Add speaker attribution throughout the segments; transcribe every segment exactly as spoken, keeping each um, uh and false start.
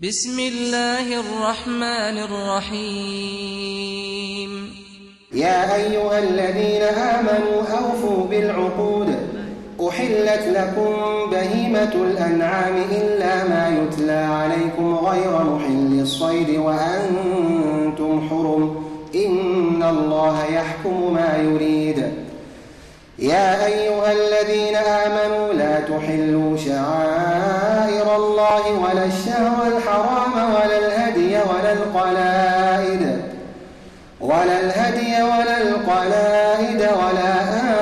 Speaker 1: بسم الله الرحمن الرحيم.
Speaker 2: يا أيها الذين آمنوا أوفوا بالعقود، أحلت لكم بهيمة الأنعام إلا ما يتلى عليكم غير محل الصيد وأنتم حرم، إن الله يحكم ما يريد. يا أيها الذين آمنوا لا تحلوا شعائر الله ولا الشهر الحرام ولا الهدي ولا القلائد ولا الهدي ولا القلائد ولا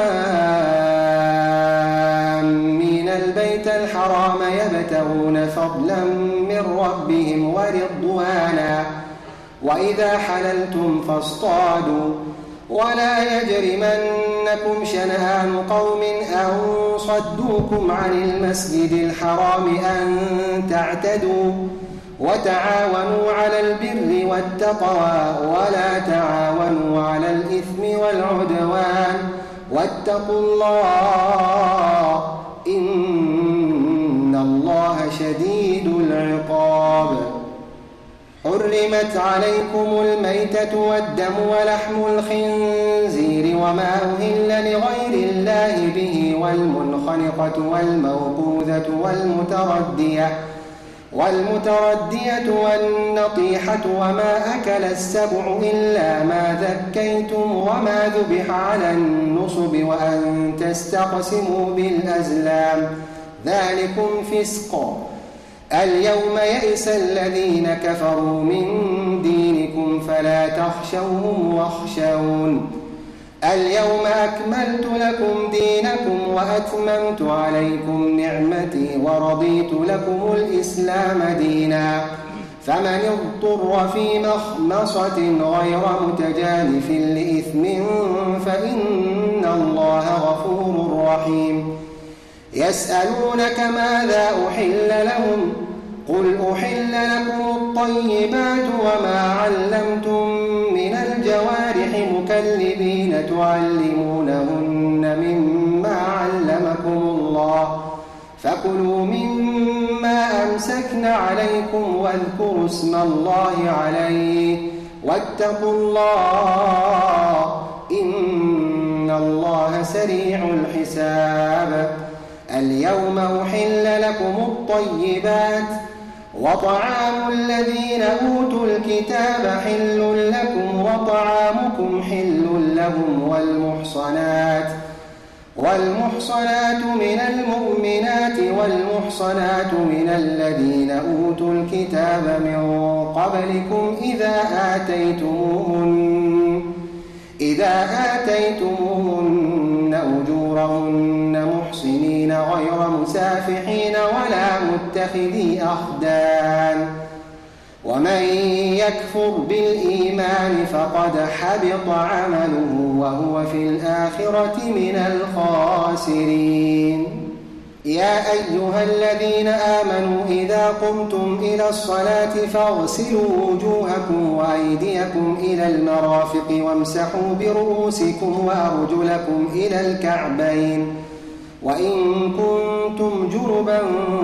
Speaker 2: آمين البيت الحرام يبتغون فضلا من ربهم ورضوانا، وإذا حللتم فاصطادوا، ولا يجرمنكم شنآن قوم أن صدوكم عن المسجد الحرام أن تعتدوا، وتعاونوا على البر والتقوى ولا تعاونوا على الإثم والعدوان، واتقوا الله إن الله شديد العقاب. حرمت عليكم الميتة والدم ولحم الخنزير وما أهل لغير الله به والمنخنقة والموقوذة والمتردية والمتردية والنطيحة وما أكل السبع إلا ما ذكيتم وما ذبح على النصب وأن تستقسموا بالأزلام، ذلكم فسق. اليوم يئس الذين كفروا من دينكم فلا تخشوهم واخشون. اليوم أكملت لكم دينكم وأتممت عليكم نعمتي ورضيت لكم الإسلام دينا، فمن اضطر في مخمصة غير متجانف لإثم فإن الله غفور رحيم. يسألونك ماذا أحل لهم، قل أحل لكم الطيبات وما علمتم من الجوارح مكلبين تعلمونهن مما علمكم الله، فكلوا مما أمسكن عليكم واذكروا اسم الله عليه، واتقوا الله إن الله سريع الحساب. اليوم أحل لكم الطيبات، وطعام الذين أوتوا الكتاب حل لكم وطعامكم حل لهم، والمحصنات والمحصنات من المؤمنات والمحصنات من الذين أوتوا الكتاب من قبلكم إذا آتيتموهن إذا آتيتموهن أجورهن محصنين غير مسافحين ولا متخذي أخدان، ومن يكفر بالإيمان فقد حبط عمله وهو في الآخرة من الخاسرين. يا أيها الذين آمنوا إذا قمتم إلى الصلاة فاغسلوا وجوهكم وأيديكم إلى المرافق وامسحوا برؤوسكم وأرجلكم إلى الكعبين، وإن كنتم جنبا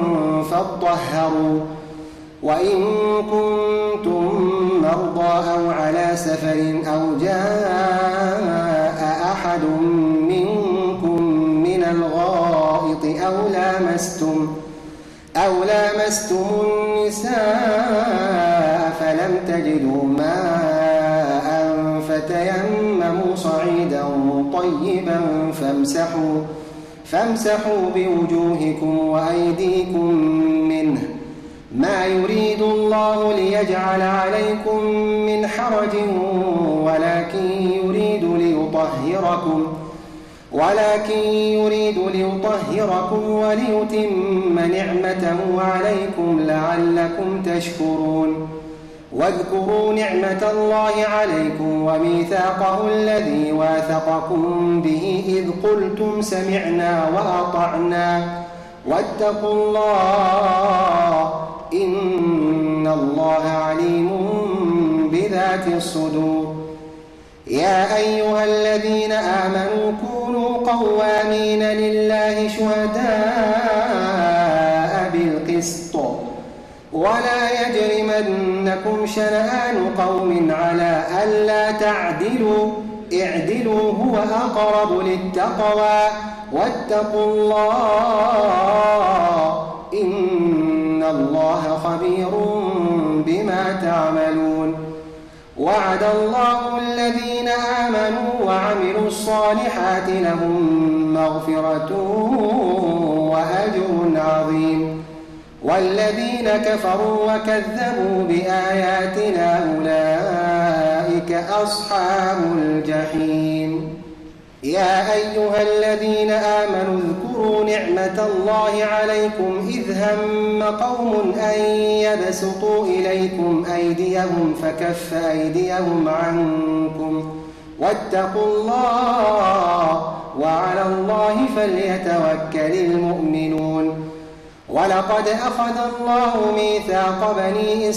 Speaker 2: فاطهروا، وإن كنتم مرضى أو على سفر أو جاء أحد منكم من الغائط أو لامستم أو لامستم النساء فلم تجدوا ماء فتيمموا صعيدا طيبا فامسحوا فامسحوا بوجوهكم وأيديكم منه، ما يريد الله ليجعل عليكم من حرج ولكن يريد ليطهركم ولكن يريد ليطهركم وليتم نعمته عليكم لعلكم تشكرون. واذكروا نعمة الله عليكم وميثاقه الذي واثقكم به إذ قلتم سمعنا وأطعنا، واتقوا الله إن الله عليم بذات الصدور. يا أيها الذين آمنوا كونوا قوامين لله شهداء بالقسط ولا يجرمنكم شنآن قوم على ألا تعدلوا اعدلوا هو أقرب للتقوى واتقوا الله إن الله خبير بما تعملون. وعد الله الذين آمنوا وعملوا الصالحات لهم مغفرة وأجر عظيم، والذين كفروا وكذبوا بآياتنا أولئك أصحاب الجحيم. يا أيها الذين آمنوا اذكروا نعمة الله عليكم إذ هم قوم أن يبسطوا إليكم أيديهم فكف أيديهم عنكم واتقوا الله وعلى الله فليتوكل المؤمنون. ولقد أخذ الله ميثاق بني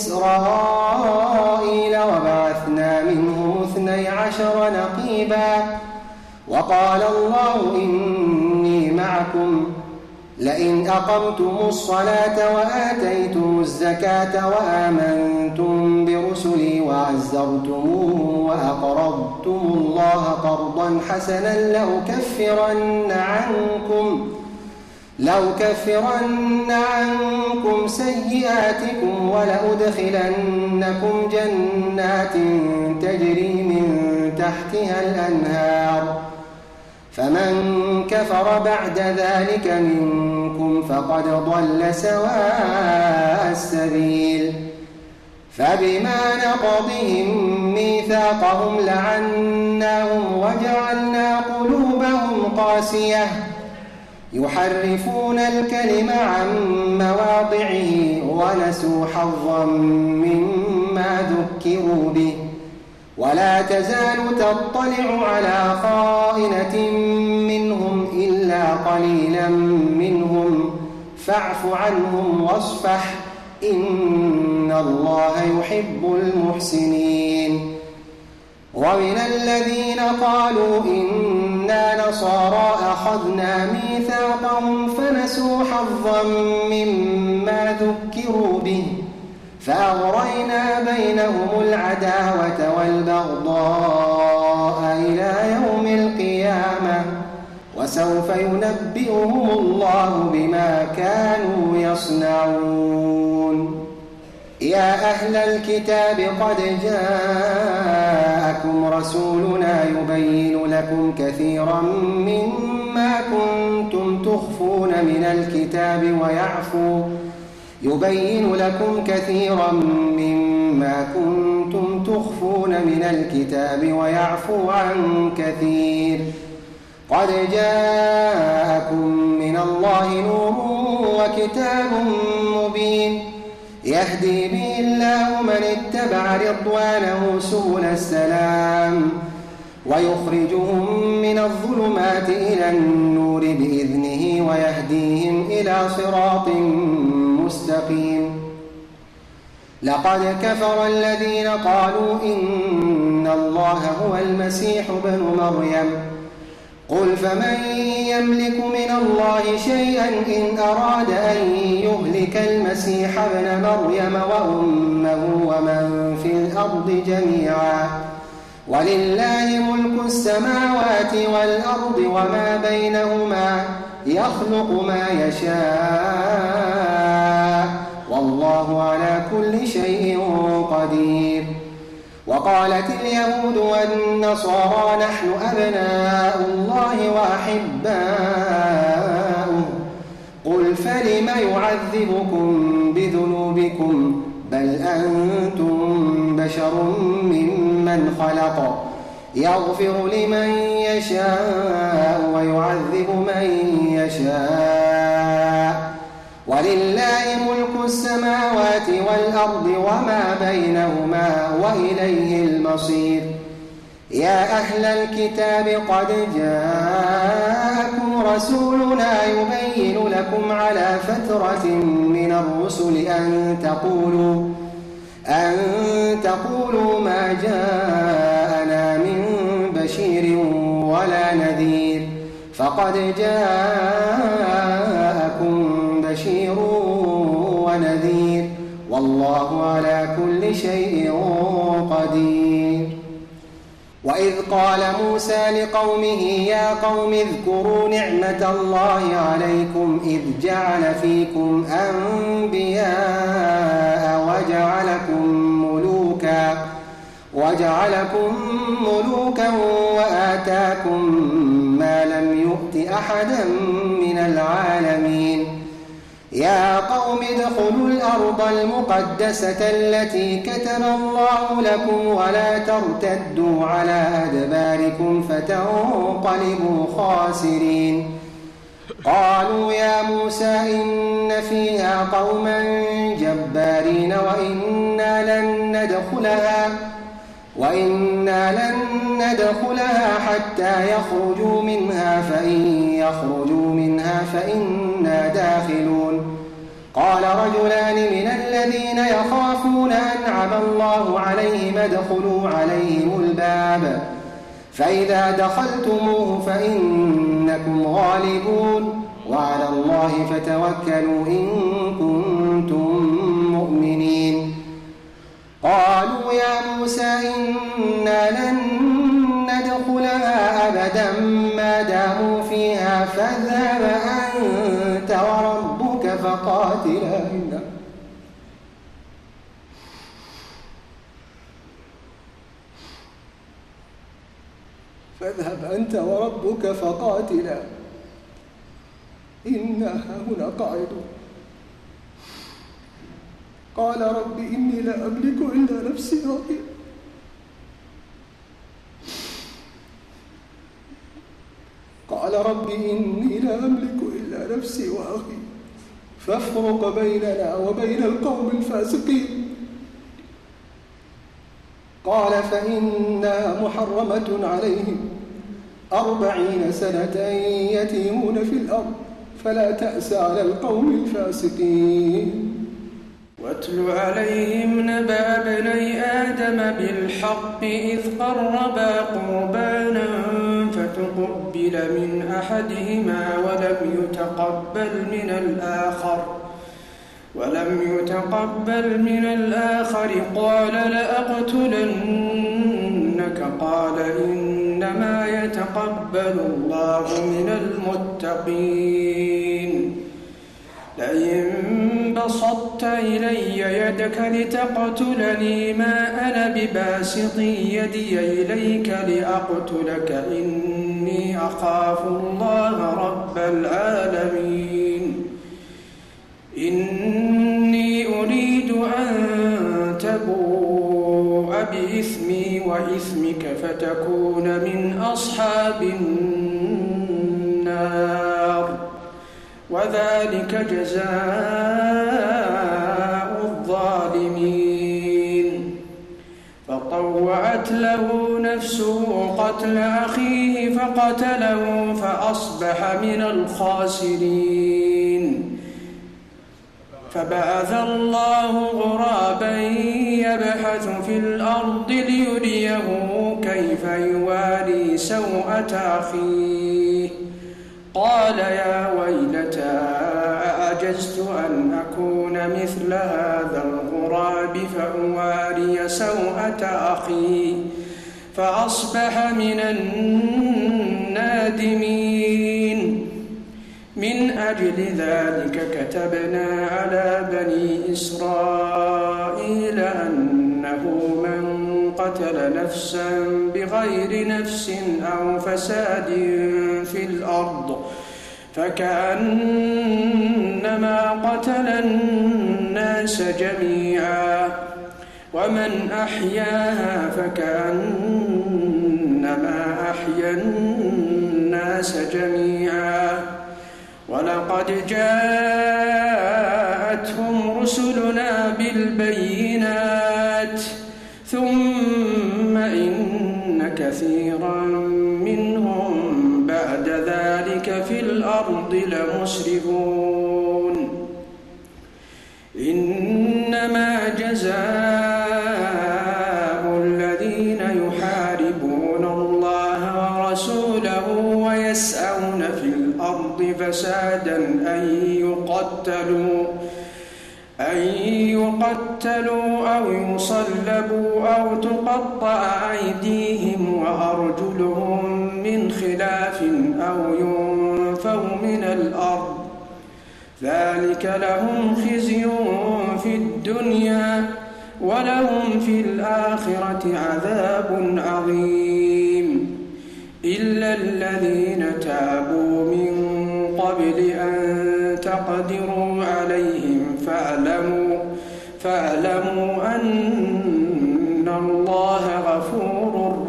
Speaker 2: إسرائيل وبعثنا منهم اثني عشر نقيبا وقال الله إني معكم لئن أقمتم الصلاة وآتيتم الزكاة وآمنتم برسلي وعزرتموهم وأقرضتم الله قرضا حسنا لأكفرن عنكم لو كفرن عنكم سيئاتكم ولأدخلنكم جنات تجري من تحتها الأنهار فمن كفر بعد ذلك منكم فقد ضل سواء السبيل. فبما نقضهم ميثاقهم لعناهم وجعلنا قلوبهم قاسية يحرفون الكلم عن مواضعه ونسوا حظا مما ذكروا به ولا تزال تطلع على خائنة منهم إلا قليلا منهم فاعف عنهم واصفح إن الله يحب المحسنين. ومن الذين قالوا إنا نصارى أخذنا ميثاقهم فنسوا حظا مما ذكروا به فأغرينا بينهم العداوة والبغضاء إلى يوم القيامة وسوف ينبئهم الله بما كانوا يصنعون. يا أهل الكتاب قد جاءكم رسولنا يبين لكم كثيرا مما كنتم تخفون من الكتاب ويعفو يبين لكم كثيرا مما كنتم تخفون من الكتاب ويعفو عن كثير. قد جاءكم من الله نور وكتاب مبين يهدي به الله من اتبع رضوانه سبل السلام ويخرجهم من الظلمات إلى النور بإذنه ويهديهم إلى صراط مستقيم. لقد كفر الذين قالوا إن الله هو المسيح ابن مريم قل فمن يملك من الله شيئا إن أراد أن يهلك المسيح ابن مريم وأمه ومن في الأرض جميعا ولله ملك السماوات والأرض وما بينهما يخلق ما يشاء والله على كل شيء قدير. وقالت اليهود والنصارى نحن أبناء الله وأحباؤه قل فلم يعذبكم بذنوبكم بل أنتم بشر ممن خلق يغفر لمن يشاء ويعذب من يشاء ولله ملك السماوات والأرض وما بينهما وإليه المصير. يا أهل الكتاب قد جاءكم رسولنا يبين لكم على فترة من الرسل أن تقولوا أن تقولوا ما جاءنا من بشير ولا نذير فقد جاءكم بشير ونذير والله على كل شيء قدير. وإذ قال موسى لقومه يا قوم اذكروا نعمة الله عليكم إذ جعل فيكم أنبياء وجعلكم ملوكا وجعلكم ملوكا وآتاكم ما لم يؤت أحدا من العالمين. يا قوم ادخلوا الأرض المقدسة التي كتب الله لكم ولا ترتدوا على أدباركم فتنقلبوا خاسرين. قالوا يا موسى إن فيها قوما جبارين وإنا لن ندخلها وإنا لن ندخلها حتى يخرجوا منها فإن يخرجوا منها فإنا داخلون. قال رجلان من الذين يخافون أنعم الله عليهم ادخلوا عليهم الباب فإذا دخلتموه فإنكم غالبون وعلى الله فتوكلوا إن كنتم مؤمنين. قالوا يا موسى إنا لن ندخلها أبدا ما داموا فيها فاذهب أنت وربك فقاتلا فاذهب أنت وربك فقاتلا إنا هنا قاعدون. قال رب إني لا أملك إلا نفسي وأخي قال رب إني لا أملك إلا نفسي وأخي فافرق بيننا وبين القوم الفاسقين. قال فإنها محرمة عليهم أربعين سنة يتيمون في الأرض فلا تأس على القوم الفاسقين.
Speaker 3: واتل عليهم نبأ بني آدم بالحق إذ قربا قربانا فتقبل من أحدهما ولم يتقبل من الآخر ولم يتقبل من الآخر قال لأقتلنك قال إنما يتقبل الله من المتقين. لئن بسطت إلي يدك لتقتلني ما أنا بباسط يدي إليك لأقتلك إني أخاف الله رب العالمين. إني أريد أن تبوء بإثمي وإثمك فتكون من أصحاب النار وذلك جزاء الظالمين. فطوعت له نفسه قتل أخيه فقتله فأصبح من الخاسرين. فبعث الله غرابا يبحث في الأرض ليريه كيف يواري سوءة أخيه قال يا ويلتى أعجزت أن أكون مثل هذا الغراب فأواري سوءة أخي فأصبح من النادمين. من أجل ذلك كتبنا على بني إسرائيل أنه من قتل نفسا بغير نفس أو فساد في الأرض فكأنما قتل الناس جميعا ومن أحياها فكأنما أحيا الناس جميعا. ولقد جاءتهم رسلنا بالبينات ثم إن كثيرا منهم بعد ذلك في الأرض لمسرفون. إنما جزاء الذين يحاربون الله ورسوله ويسعون في الأرض فسادا أن يقتلوا أن يقتلوا يقتلوا أو يصلبوا أو تقطع أيديهم وأرجلهم من خلاف أو ينفوا من الأرض ذلك لهم خزي في الدنيا ولهم في الآخرة عذاب عظيم إلا الذين تابوا من قبل أن تقدروا عليهم فاعلموا, فاعلموا أن الله غفور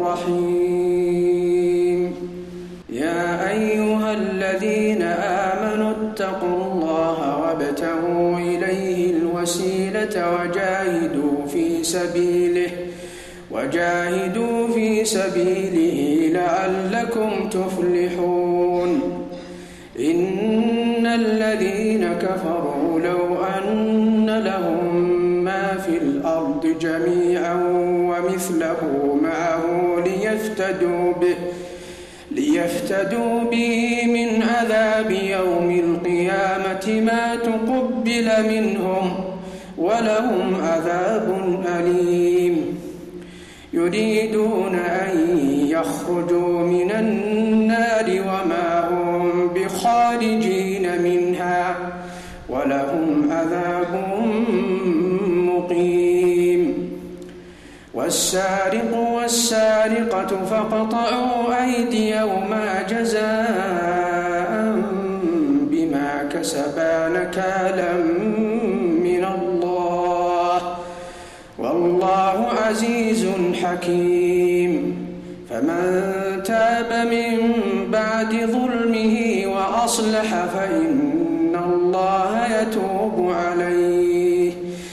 Speaker 3: رحيم. يا أيها الذين آمنوا اتقوا الله وابتغوا إليه الوسيلة وجاهدوا في سبيله وجاهدوا في سبيله لعلكم تفلحون. إن الذين كفروا لو أن لهم ما في الأرض جميعا ومثله معه ليفتدوا به ليفتدوا به من عذاب يوم القيامة ما تقبل منهم ولهم عذاب أليم. يريدون أن يخرجوا من النار وما هم بخارجين منها ولهم عذاب مقيم. والسارق والسارقة فاقطعوا أيديهما جزاء بما كسبا نكالا من الله والله عزيز حكيم. فمن تاب من بعد ظلمه وأصلح فإن الله يتوب عليه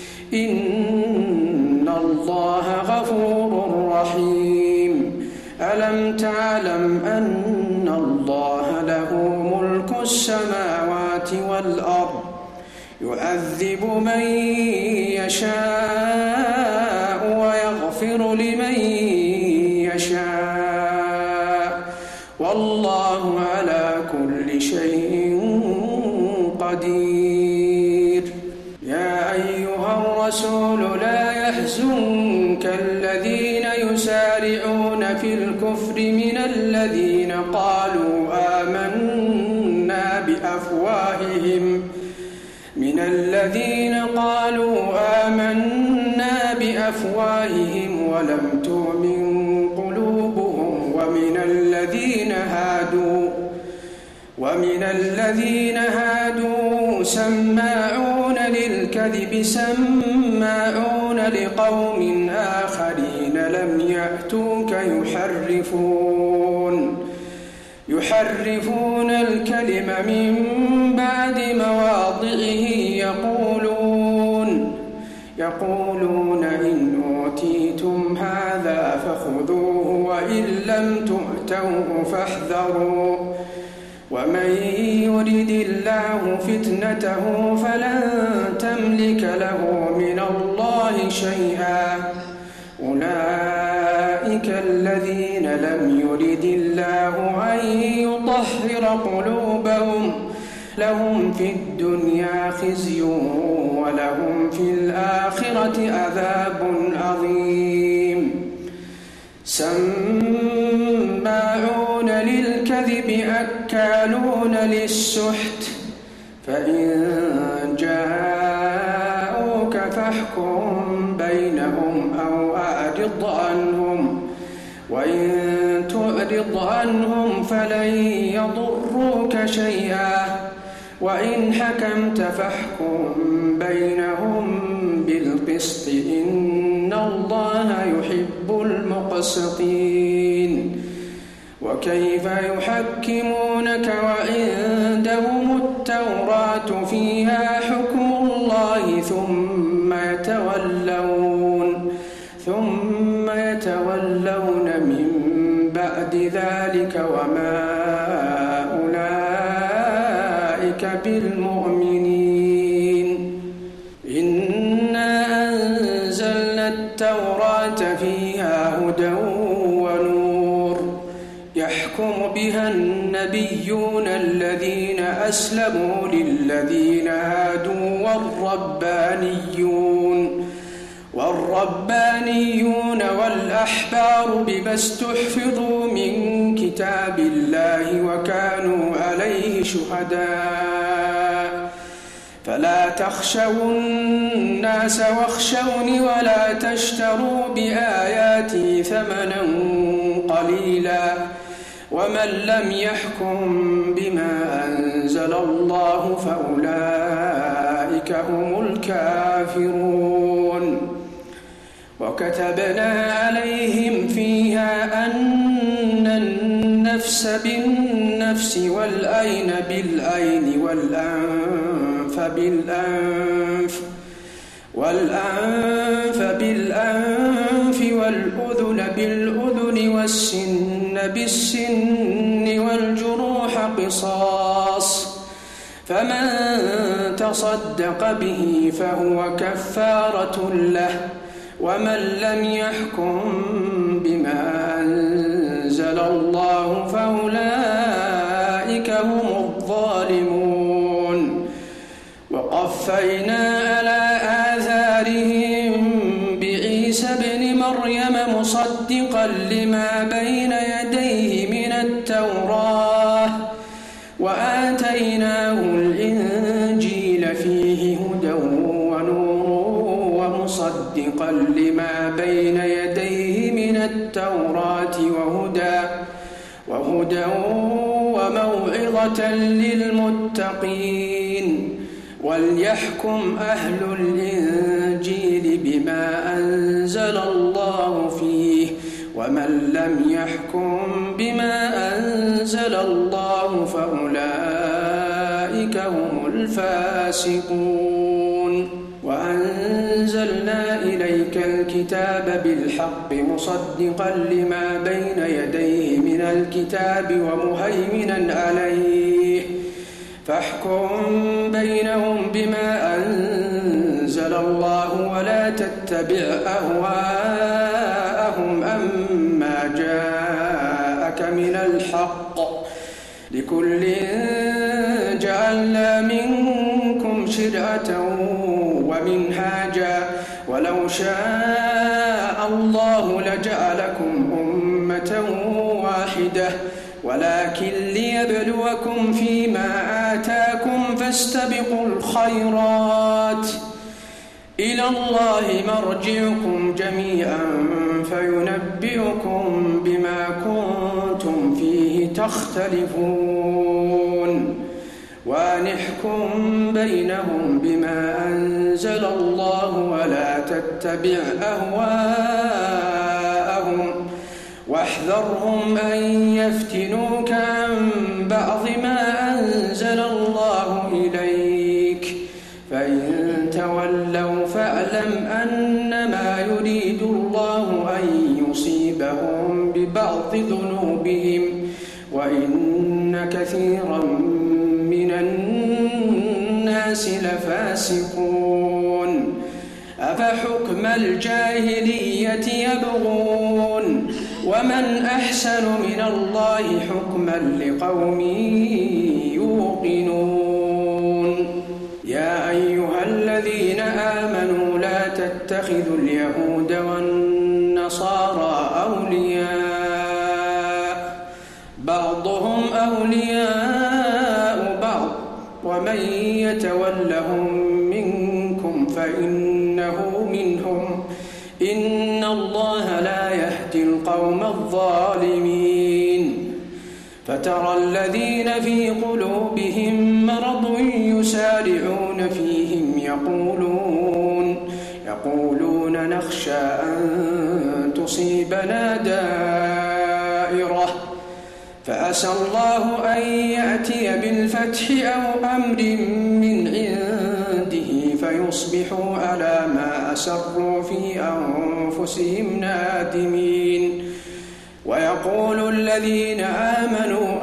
Speaker 3: إن الله غفور رحيم. ألم تعلم أن الله له ملك السماوات والأرض يعذب من يشاء ويغفر لمن يشاء والله على كل شيء قدير. يا أيها الرسول لا يحزنك الذين يسارعون في الكفر من الذين قالوا آمنا بأفواههم من الذين قالوا آمنا بأفواههم ولم تؤمن قلوبهم ومن الذين هادوا ومن الذين هادوا سماعون للكذب سماعون لقوم آخرين لم يأتوك يحرفون يحرفون الكلم من بعد مواضعه يقولون يقولون إن أوتيتم هذا فخذوه وإن لم تؤتوه فاحذروا ومن يرد الله فتنته فلن تملك له من الله شيئا أولئك الذين لم يرد الله أن يطهر قلوبهم لهم في الدنيا خزي ولهم في الآخرة عذاب عظيم. سماعون للكذب أكالون للسحت فإن جاءوك فاحكم بينهم أو أعرض عنهم وإن تعرض عنهم فلن يضروك شيئا وإن حكمت فاحكم بينهم بالقسط إن الله يحب المقسطين. وكيف يحكمونك وعندهم التوراة فيها حكم الله ثم يتولون ثم يتولون من بعد ذلك وما أولئك بالمؤمنين. إنا أنزلنا التوراة فيها هدى ونور يحكم بها النبيون الذين أسلموا للذين هادوا والربانيون والربانيون والأحبار بما استحفظوا من كتاب الله وكانوا عليه شهداء فلا تخشوا الناس واخشوني ولا تشتروا بآياتي ثمنا قليلا ومن لم يحكم بما أنزل الله فأولئك هم الكافرون وكتبنا عليهم فيها أن النفس بالنفس والعين بالعين والأنف بالأنف والأنف بالأنف والأذن بالأذن والسن بالسن والجروح قصاص فمن تصدق به فهو كفارة له ومن لم يحكم بما أنزل الله فأولئك هم الظالمون وقفينا على آثارهم بعيسى ابن مريم مصدقا لما بين يديه من التوراة وآتيناه الإنجيل فيه هدى مصدقا لما بين يديه من التوراة وهدى وهدى وموعظة للمتقين وليحكم أهل الإنجيل بما أنزل الله فيه ومن لم يحكم بما أنزل الله فأولئك هم الفاسقون وأنزلنا إليك الكتاب بالحق مصدقا لما بين يديه من الكتاب ومهيمنا عليه فاحكم بينهم بما أنزل الله ولا تتبع أهواءهم أما جاءك من الحق لكل جعلنا منكم شرعة ومنهاجا ولو شاء الله لجعلكم أمة واحدة ولكن ليبلوكم فيما آتاكم فاستبقوا الخيرات إلى الله مرجعكم جميعا فينبئكم بما كنتم فيه تختلفون ونحكم بينهم بما أنزل الله ولا تتبع أهواءهم واحذرهم أن يفتنوك عن بعض ما أنزل الله إليك فإن تولوا فاعلم أنما يريد الله أن يصيبهم ببعض ذنوبهم وإن كثيرا من الناس لفاسقون أفحكم الجاهلية يبغون ومن أحسن من الله حكما لقوم يوقنون يا أيها الذين آمنوا لا تتخذوا اليهود والنصارى أولياء بعضهم أولياء بعض ومن يتولهم منكم فإنه منهم إن الله لا يهدي القوم الظالمين فترى الذين في قلوبهم مرض يسارعون فيهم يقولون يقولون نخشى أن تصيبنا دائرة فعسى الله أن يأتي بالفتح أو أمر من عنده فيصبحوا على ما أسروا في أنفسهم نادمين ويقول الذين آمنوا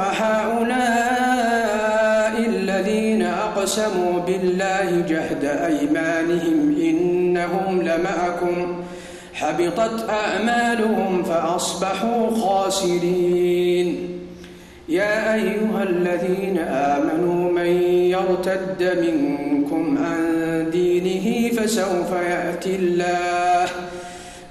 Speaker 3: أهؤلاء الذين أقسموا بالله جهد أيمانهم إنهم لمعكم حبطت أعمالهم فأصبحوا خاسرين يا أيها الذين آمنوا من يرتد منكم عن دينه فسوف يأتي الله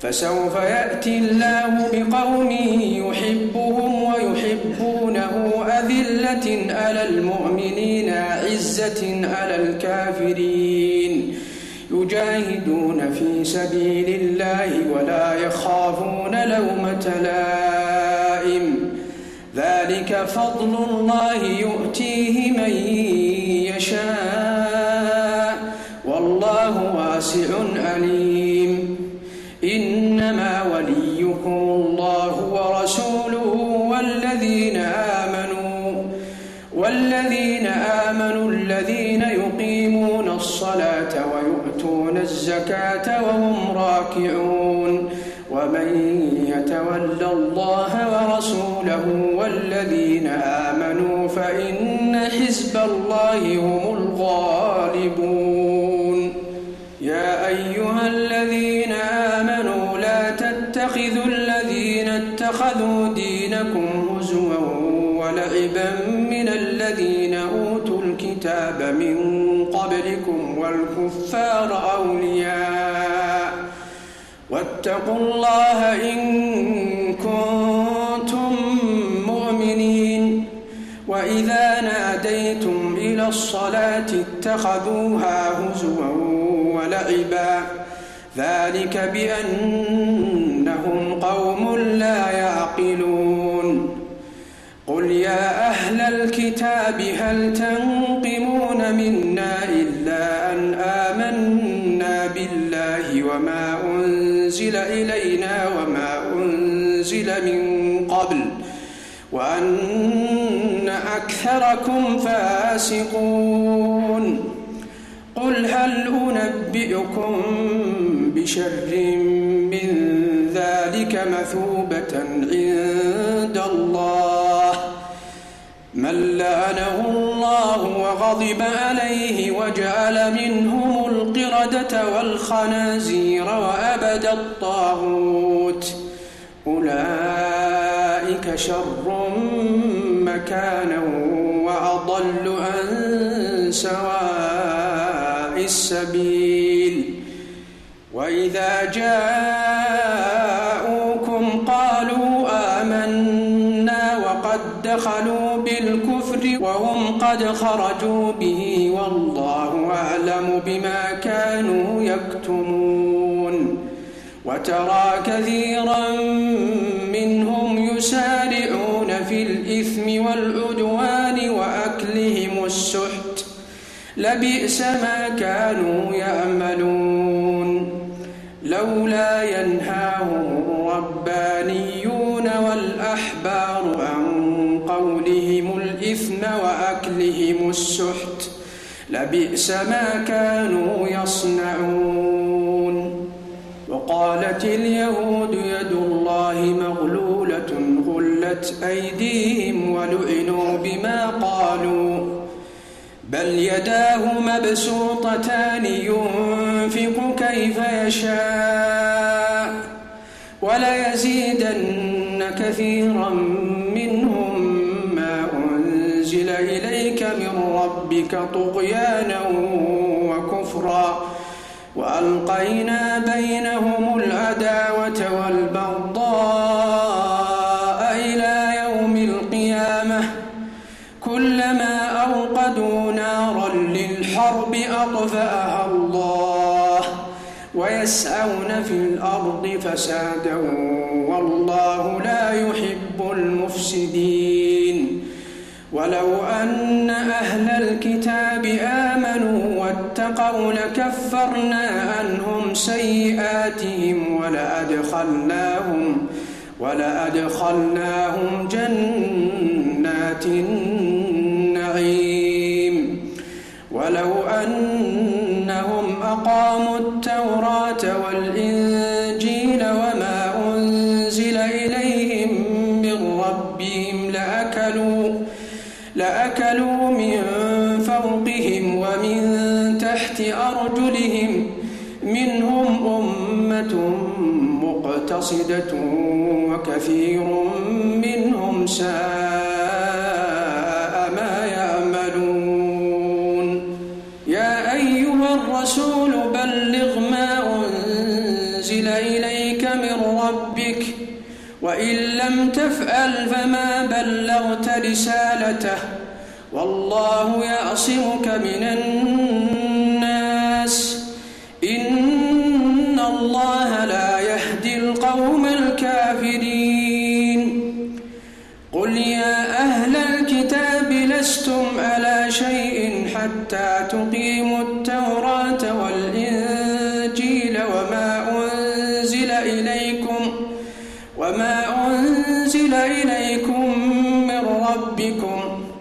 Speaker 3: فسوف يأتي الله بقوم يحبهم ويحبونه أذلة على المؤمنين عزة على الكافرين يجاهدون في سبيل الله ولا يخافون لومة لائم ذلك فضل الله يؤتيه من يشاء والله واسع عليم إنما وليكم الله ورسوله والذين آمنوا والذين آمنوا الذين يقيمون الصلاة ويؤتون الزكاة وهم راكعون ومن يتول الله ورسوله والذين آمنوا فإن حزب الله هم الغالبون يا أيها الذين آمنوا لا تتخذوا الذين اتخذوا دينكم هزوا ولعبا من الذين أوتوا الكتاب من قبلكم والكفار أولياء واتقوا الله إن كنتم مؤمنين وإذا ناديتم إلى الصلاة اتخذوها هزوا ولعبا ذلك بأنهم قوم لا يعقلون قل يا أهل الكتاب هل تنقمون منا إلا أن آمنا بالله وما أنزل إلينا وما أنزل من قبل وأن أكثركم فاسقون قل هل أنبئكم بشر من ذلك مثوبة عند الله من لعنه الله وغضب عليه وجعل منهم القردة والخنازير وأبد الطاغوت أولئك شر مكانا وأضل عن سواء السبيل وإذا جاءوكم قالوا آمنا وقد دخلوا بالكفر وهم قد خرجوا به والله أعلم بما كانوا يكتمون وترى كثيرا منهم يسارعون في الإثم والعدوان وأكلهم السحت لبئس ما كانوا يعملون لولا ينهاهم الربانيون والأحبار عن قولهم الإثم وأكلهم السحت لبئس ما كانوا يصنعون وقالت اليهود يد الله مغلولة غلت أيديهم ولعنوا بما قالوا بل يداه مبسوطتان ينفق كيف يشاء وليزيدن كثيرا منهم ما أنزل إليك من ربك طغيانا وكفرا وألقينا بينهم العداوة والبغضاء إلى يوم القيامة كلما أوقدوا نارا للحرب أطفأها الله ويسعون في الأرض فسادا والله لا يحب المفسدين ولو أن أهل الكتاب آمنوا واتقوا لكفرنا عنهم سيئاتهم ولأدخلناهم ولأدخلناهم جنات النعيم ولو أنهم أقاموا التوراة والإنجيل وما أنزل إليهم من ربهم لأكلوا لأكلوا من فوقهم ومن تحت أرجلهم منهم أمة مقتصدة وكثير منهم ساء ما يعملون يا أيها الرسول بلغ ما أنزل إليك إليك من ربك وإن لم تفعل فما بلغت رسالته والله يعصمك من الناس إن الله لا يهدي القوم الكافرين قل يا أهل الكتاب لستم على شيء حتى تقيموا التوراة والإنجيل وما أنزل إليكم وما أنزل إليكم من ربكم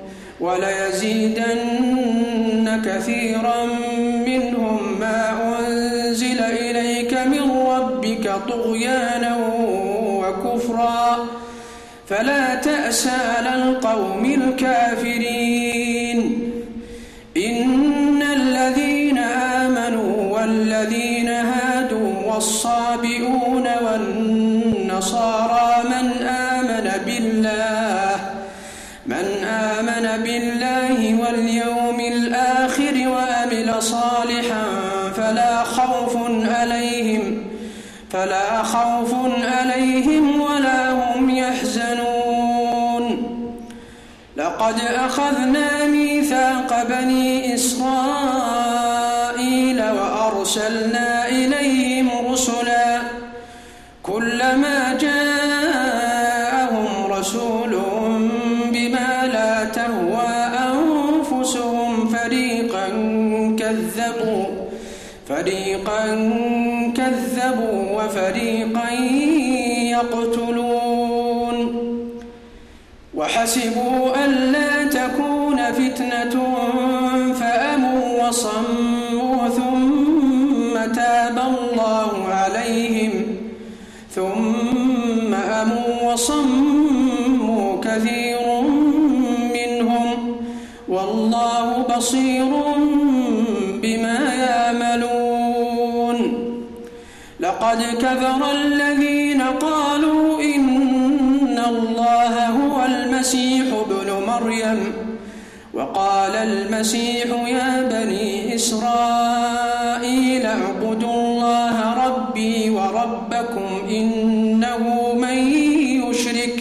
Speaker 3: وليزيدن كثيرا منهم ما أنزل إليك من ربك طغيانا وكفرا فلا تأس على القوم الكافرين إن الذين آمنوا والذين هادوا والصابئون والنصارى من آمن بالله من آمن بالله واليوم الآخر وعمل صالحا فلا خوف عليهم فلا خوف عليهم ولا هم يحزنون لقد أخذنا ميثاق بني إسرائيل وأرسلنا إليهم رسلا كلما جاءهم رسول بما لا تهوى أنفسهم فريقا كذبوا فريقا كذبوا وفريقا يقتلون وحسبوا ألا تكون فتنة فأموا وصموا ثم تاب الله عليهم ثم أموا وصموا كثير منهم والله بصير بما يعملون لقد كفر الذين قالوا إن الله هو المسيح ابن مريم وقال المسيح يا بني إسرائيل اعبدوا الله ربي وربكم إنه من يشرك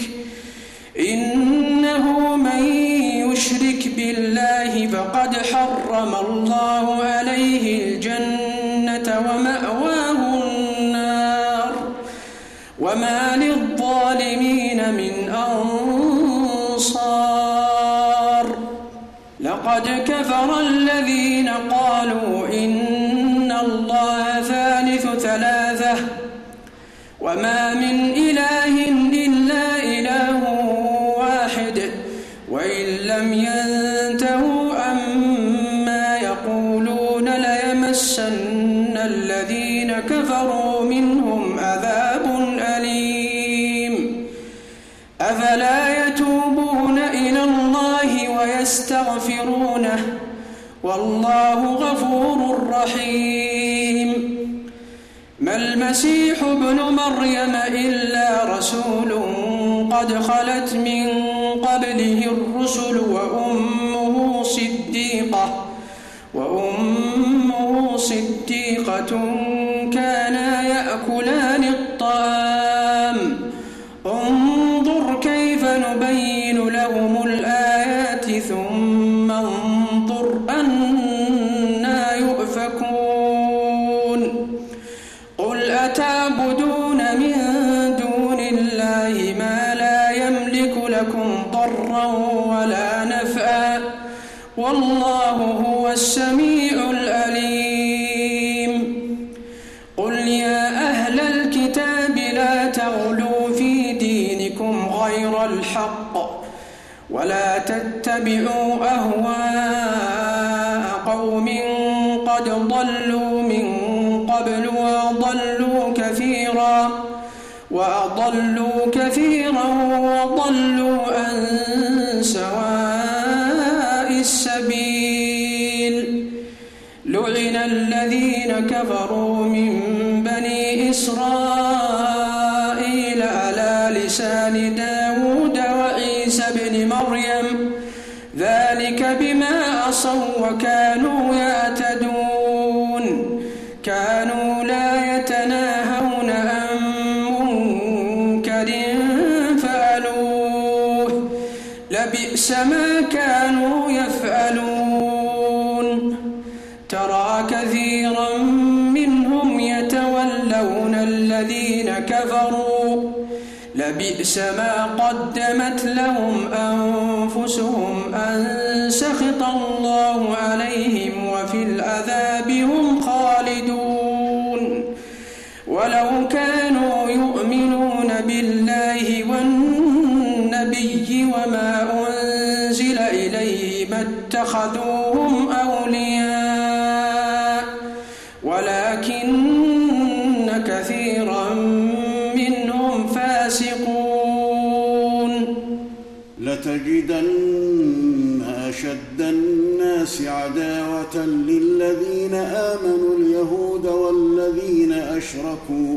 Speaker 3: إنه من يشرك بالله فقد حرم الله عليه الجنة ومأواه النار وما للظالمين من أنصار لقد كفر الذين قالوا إن الله ثالث ثلاثة وما من إله إلا إله واحد وإن لم ينتهوا عما يقولون ليمسن الذين كفروا منهم عذاب أليم أفلا يتوبون إلى الله ويستغفرونه والله غفور رحيم ما المسيح ابن مريم إلا رسول قد خلت من قبله الرسل وأمه صديقة وأمه صديقة كانا يأكلان الطعام انظر كيف نبين لهم الآيات ثم انظر أنا يؤفكون قل أتعبدون من دون الله ما لا يملك لكم ضرا ولا نفعا والله هو السميع العليم قل يا أهل الكتاب لا تغلوا في دينكم غير الحق ولا تتبعوا أهواء قوم قد ضلوا من قبل وأضلوا كثيرا وأضلوا كثيرا وضلوا عن سواء السبيل لعن الذين كفروا من بني إسرائيل على لسان داود وعيسى بن مريم ذلك بما عصوا وكانوا يعتدون كانوا لا يتناهون عن لبئس ما كانوا يفعلون ترى كثيرا منهم يتولون الذين كفروا لبئس ما قدمت لهم أنفسهم أن سخط الله عليهم وفي العذاب هم خالدون ولو كانوا يؤمنون بالله والنبي وما أنزل إليه ما اتخذوهم أولياء ولكن كثيرا منهم فاسقون
Speaker 4: لتجدن أشد الناس عداوة للذين آمنوا اليهود والذين أشركوا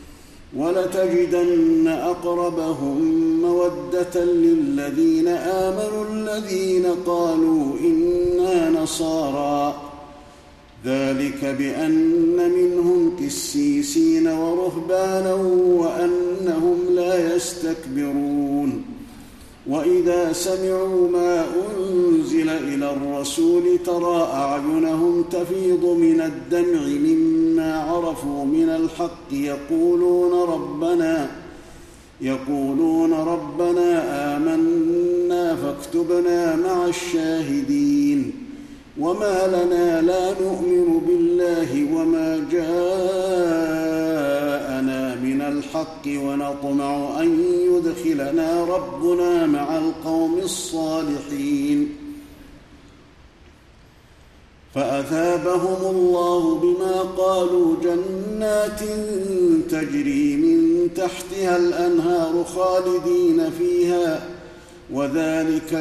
Speaker 4: ولتجدن أقربهم مودة للذين آمنوا الذين قالوا إنا نصارى ذلك بأن منهم قسيسين ورهبانا وأنهم لا يستكبرون وإذا سمعوا ما أنزل إلى الرسول ترى أعينهم تفيض من الدمع مما عرفوا من الحق يقولون ربنا يقولون ربنا آمنا فاكتبنا مع الشاهدين وما لنا لا نؤمن بالله وما جاءنا من الحق ونطمع أن يدخلنا ربنا مع القوم الصالحين فأثابهم الله بما قالوا جنات تجري من تحتها الأنهار خالدين فيها وذلك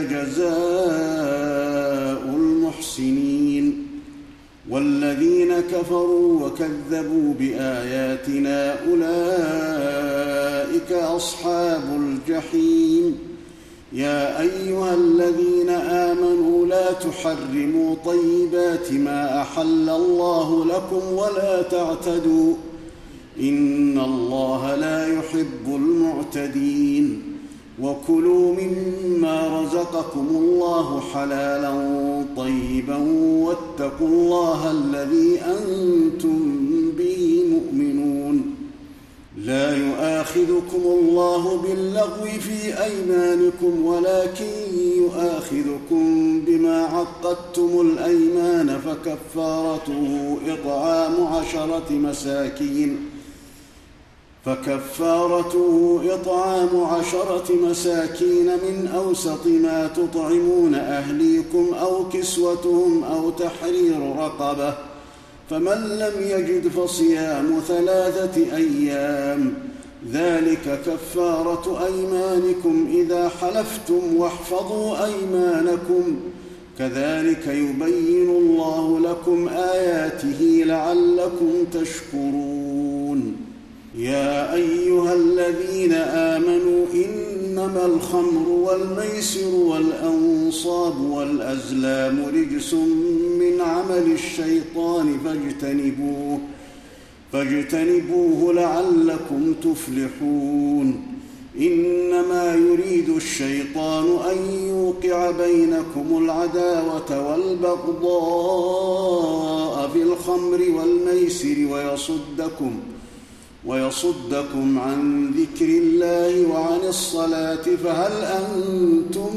Speaker 4: جزاء المحسنين والذين كفروا وكذبوا بآياتنا أولئك أصحاب الجحيم يا أيها الذين آمنوا لا تحرموا طيبات ما أحل الله لكم ولا تعتدوا إن الله لا يحب المعتدين وكلوا مما رزقكم الله حلالا طيبا واتقوا الله الذي أنتم به مؤمنون لا يؤاخذكم الله باللغو في أيمانكم ولكن يؤاخذكم بما عقدتم الأيمان فكفارته إطعام عشرة مساكين فكفارته إطعام عشرة مساكين من أوسط ما تطعمون أهليكم أو كسوتهم أو تحرير رقبة فمن لم يجد فصيام ثلاثة أيام ذلك كفارة أيمانكم إذا حلفتم واحفظوا أيمانكم كذلك يبين الله لكم آياته لعلكم تشكرون يا أيها الذين آمنوا إنما الخمر والميسر والأنصاب والأزلام رجس من عمل الشيطان فاجتنبوه فاجتنبوه لعلكم تفلحون إنما يريد الشيطان أن يوقع بينكم العداوة والبغضاء في الخمر والميسر ويصدكم ويصدكم عن ذكر الله وعن الصلاة فهل أنتم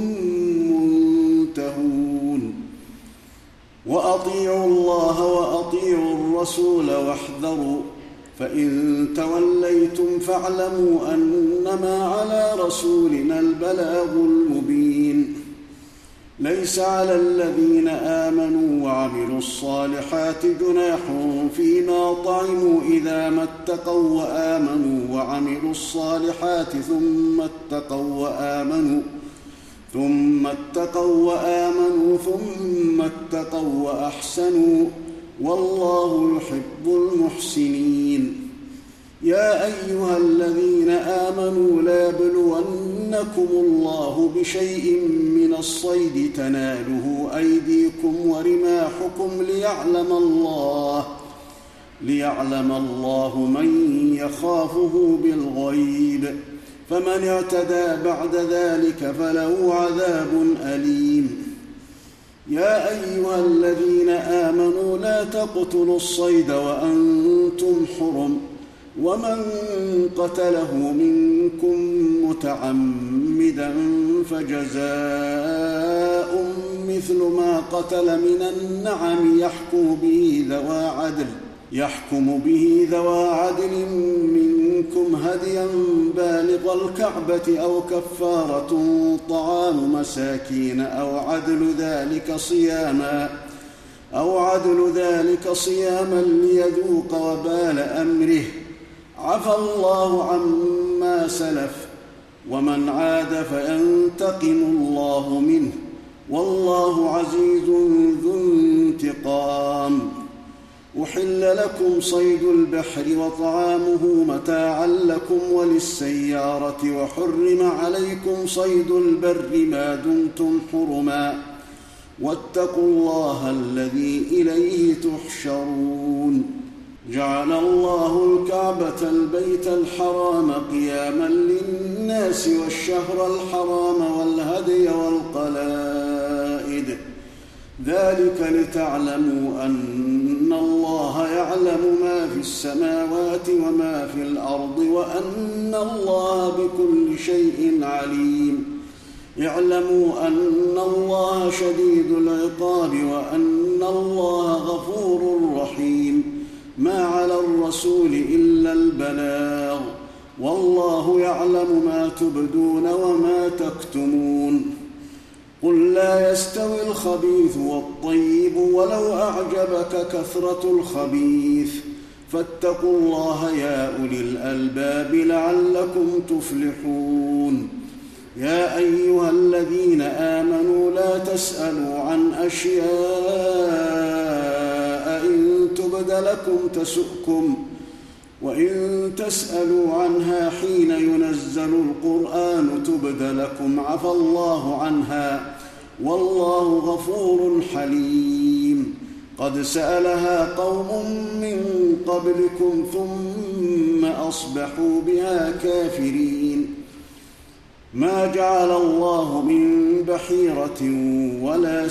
Speaker 4: منتهون وأطيعوا الله وأطيعوا الرسول واحذروا فإن توليتم فاعلموا أنما على رسولنا البلاغ المبين ليس على الذين آمنوا وعملوا الصالحات جناح فيما طعموا إذا ما اتقوا وآمنوا وعملوا الصالحات ثم اتقوا وآمنوا ثم اتقوا وآمنوا ثم اتقوا وأحسنوا والله يحب المحسنين يا أيها الذين آمنوا لا يبلونكم الله بشيء من الصيد تناله أيديكم ورماحكم ليعلم الله ليعلم الله من يخافه بالغيب فمن اعتدى بعد ذلك فله عذاب أليم. يا أيها الذين آمنوا لا تقتلوا الصيد وأنتم حرم، ومن قتله منكم متعمدا فجزاء مثل ما قتل من النعم يحكم به ذوى عدل يحكم به ذوى عدل منكم هديا بالغ الكعبة أو كفارة طعام مساكين أو عدل ذلك صياما أو عدل ذلك صياما ليذوق وبال أمره. عفى الله عما سلف، ومن عاد فينتقم الله منه، والله عزيز ذو انتقام. أحل لكم صيد البحر وطعامه متاعا لكم وللسيارة، وحرم عليكم صيد البر ما دمتم حرما، واتقوا الله الذي إليه تحشرون. جعل الله الكعبة البيت الحرام قياما للناس والشهر الحرام والهدي والقلائد، ذلك لتعلموا أن الله يعلم ما في السماوات وما في الأرض، وأن الله بكل شيء عليم. اعلموا أن الله شديد العقاب وأن الله غفور رحيم. ما على الرسول إلا البلاغ، والله يعلم ما تبدون وما تكتمون. قل لا يستوي الخبيث والطيب ولو أعجبك كثرة الخبيث، فاتقوا الله يا أولي الألباب لعلكم تفلحون. يا أيها الذين آمنوا لا تسألوا عن أشياء إن تبد لكم تسؤكم، وإن تسألوا عنها حين ينزل القرآن تبد لكم عفى الله عنها، والله غفور حليم. قد سألها قوم من قبلكم ثم أصبحوا بها كافرين. ما جعل الله من بحيرة ولا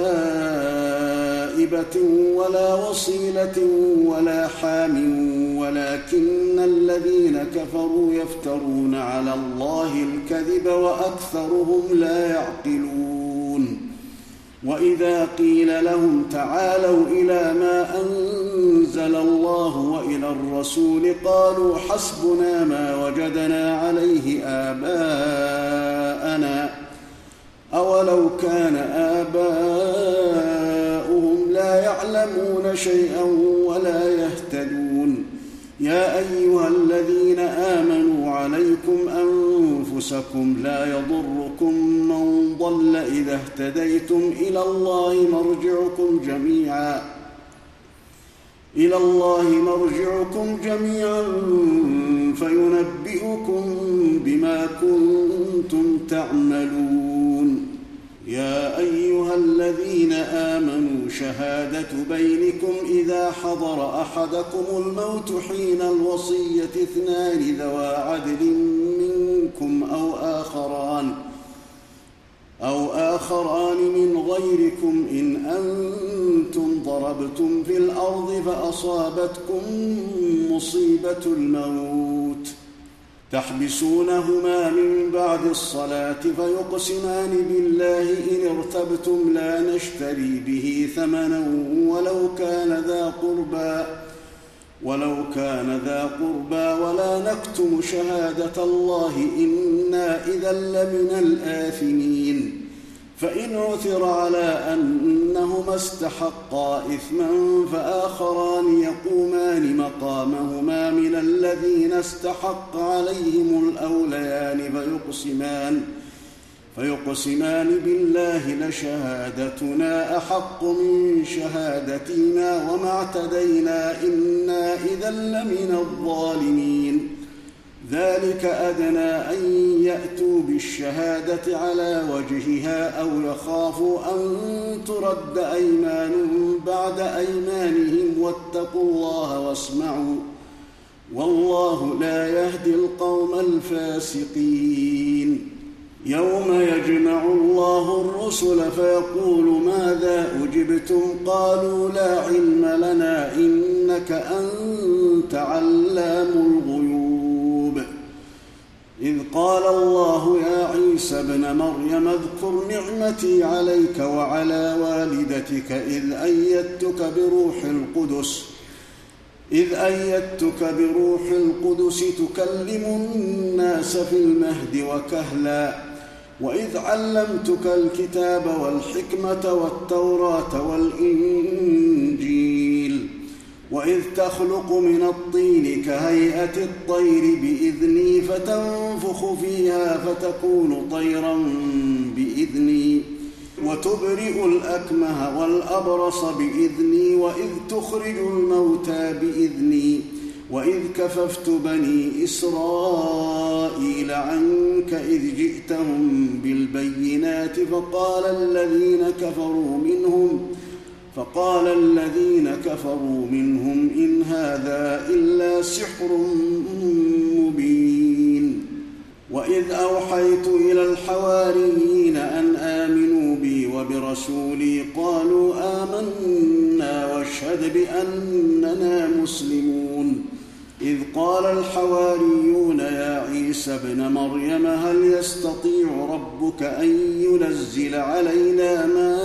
Speaker 4: سائبة ولا وصيلة ولا حام، ولكن الذين كفروا يفترون على الله الكذب وأكثرهم لا يعقلون. وإذا قيل لهم تعالوا إلى ما أنزل الله وإلى الرسول قالوا حسبنا ما وجدنا عليه آباءنا، أولو كان آباؤهم لا يعلمون شيئا ولا يهتدون. يا أيها الذين آمنوا عليكم أنفسكم لا يضركم من ضل إذا اهتديتم إلى الله مرجعكم جميعا إلى الله مرجعكم جميعا فينبئكم بما كنتم تعملون. يا أيها الذين آمنوا شهادة بينكم إذا حضر أحدكم الموت حين الوصية اثنان ذوى عدل منكم أو آخران أو آخران من غيركم إن أنتم ضربتم في الأرض فأصابتكم مصيبة الموت تحبسونهما من بعد الصلاة فيقسمان بالله إن ارتبتم لا نشتري به ثمنا ولو كان ذا قربى ولو كان ذا قربى ولا نكتم شهادة الله إنا إذا لمن الآثمين. فإن عثر على أنهما استحقا إثما فآخران يقومان مقامهما من الذين استحق عليهم الأوليان فيقسمان فيقسمان بالله لشهادتنا أحق من شهادتنا وما اعتدينا إنا إذا لمن الظالمين. ذلك أدنى أن يأتوا بالشهادة على وجهها أو يخافوا أن ترد أيمان بعد أيمانهم واتقوا الله واسمعوا والله لا يهدي القوم الفاسقين. يوم يجمع الله الرسل فيقول ماذا أجبتم؟ قالوا لا علم لنا إنك أنت علام الغيوب. إذ قال الله يا عيسى ابن مريم اذكر نعمتي عليك وعلى والدتك إذ أيدتك بروح القدس إذ أيدتك بروح القدس تكلم الناس في المهد وكهلا وإذ علمتك الكتاب والحكمة والتوراة والإنجيل وإذ تخلق من الطين كهيئة الطير بإذني فتنفخ فيها فتكون طيرا بإذني وتبرئ الأكمه والأبرص بإذني وإذ تخرج الموتى بإذني وإذ كففت بني إسرائيل عنك إذ جئتهم بالبينات فقال الذين كفروا منهم فقال الذين كفروا منهم إن هذا إلا سحر مبين. وإذ أوحيت إلى الحواريين أن آمنوا بي وبرسولي قالوا آمنا واشهد بأننا مسلمون. إذ قال الحواريون يا عيسى ابن مريم هل يستطيع ربك أن ينزل علينا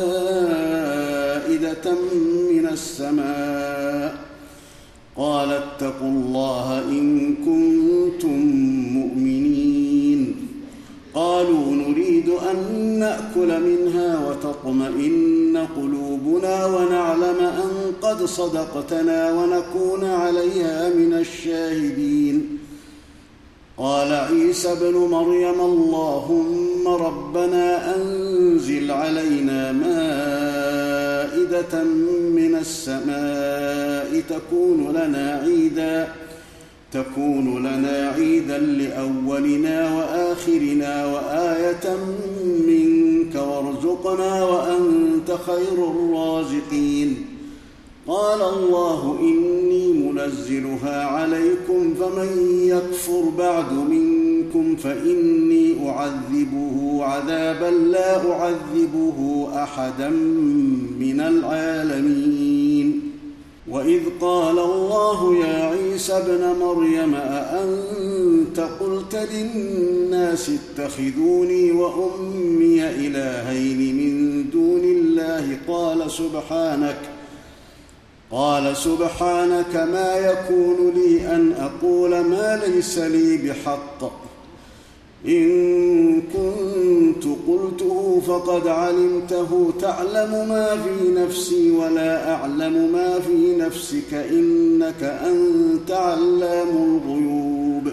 Speaker 4: مائدة من السماء؟ قال اتقوا الله إن كنتم مؤمنين. قالوا نريد أن نأكل منها وتطمئن قلوبنا ونعلم أن قد صدقتنا ونكون عليها من الشاهدين. قال عيسى ابن مريم اللهم ربنا أنزل علينا مائدة من السماء تكون لنا عيدا تكون لنا عيدا لأولنا وآخرنا وآية منك وارزقنا وأنت خير الرازقين. قال الله إني منزلها عليكم فمن يكفر بعد منكم فإني أعذبه عذابا لا أعذبه أحدا من العالمين. وإذ قال الله يا عيسى ابن مريم أأنت قلت للناس اتخذوني وأمي إلهين من دون الله قال سبحانك قال سبحانك ما يكون لي أن أقول ما ليس لي بحق إن كنت قلته فقد علمته تعلم ما في نفسي ولا أعلم ما في نفسك إنك أنت علام الغيوب.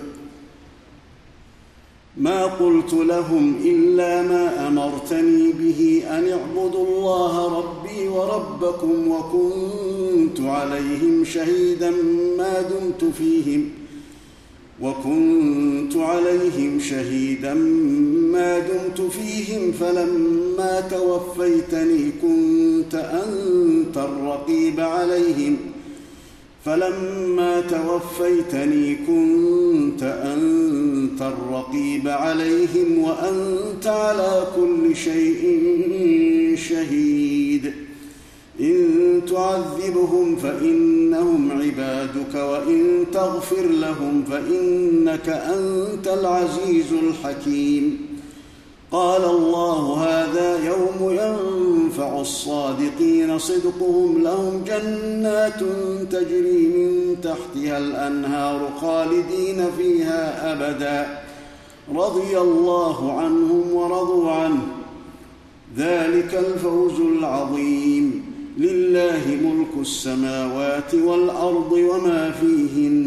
Speaker 4: ما قلت لهم إلا ما أمرتني به أن اعبدوا الله ربي وربكم وكنت عليهم شهيدا ما دمت فيهم وكنت عليهم شهيدا ما دمت فيهم فلما توفيتني كنت أنت الرقيب عليهم فلما توفيتني كنت أنت الرقيب عليهم وأنت على كل شيء شهيد. إن تعذبهم فإنهم عبادك وإن تغفر لهم فإنك أنت العزيز الحكيم. قال الله هذا يوم ينفع الصادقين صدقهم لهم جنات تجري من تحتها الأنهار خالدين فيها أبدا رضي الله عنهم ورضوا عنه ذلك الفوز العظيم. لله ملك السماوات والأرض وما فيهن